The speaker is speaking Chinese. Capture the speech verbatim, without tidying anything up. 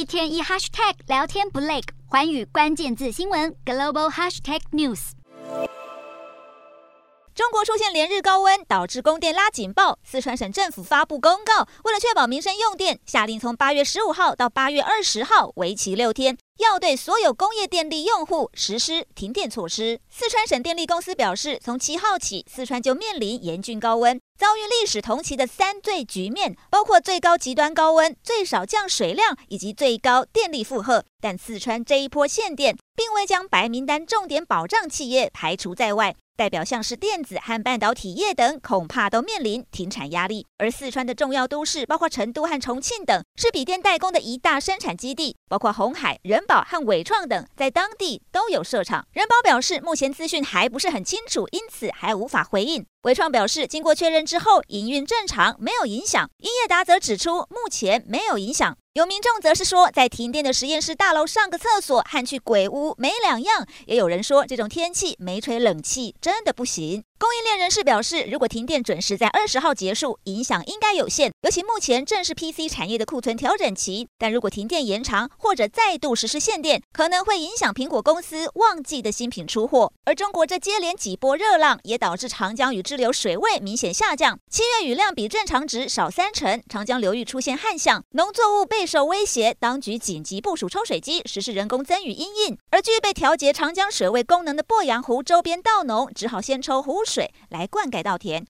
天一 hashtag 聊天不累，寰宇关键字新闻 global hashtag news。 中国出现连日高温，导致供电拉警报。四川省政府发布公告，为了确保民生用电，下令从八月十五号到八月二十号，为期六天，要对所有工业电力用户实施停电措施。四川省电力公司表示，从七号起，四川就面临严峻高温，遭遇历史同期的三最局面，包括最高极端高温、最少降水量以及最高电力负荷。但四川这一波限电，并未将白名单重点保障企业排除在外。代表像是电子和半导体业等，恐怕都面临停产压力。而四川的重要都市，包括成都和重庆等，是笔电代工的一大生产基地，包括鸿海、人保和伟创等，在当地都有设厂。人保表示，目前资讯还不是很清楚，因此还无法回应。伟创表示，经过确认之后，营运正常，没有影响。英业达则指出，目前没有影响。有民众则是说，在停电的实验室大楼上个厕所和去鬼屋没两样。也有人说，这种天气没吹冷气真的不行。供应链人士表示，如果停电准时在二十号结束，影响应该有限，尤其目前正是 P C 产业的库存调整期。但如果停电延长或者再度实施限电，可能会影响苹果公司旺季的新品出货。而中国这接连几波热浪，也导致长江与支流水位明显下降，七月雨量比正常值少三成，长江流域出现旱象，农作物备受威胁，当局紧急部署抽水机，实施人工增雨因应。而具备调节长江水位功能的鄱阳湖周边稻农，只好先抽湖水来灌溉稻田。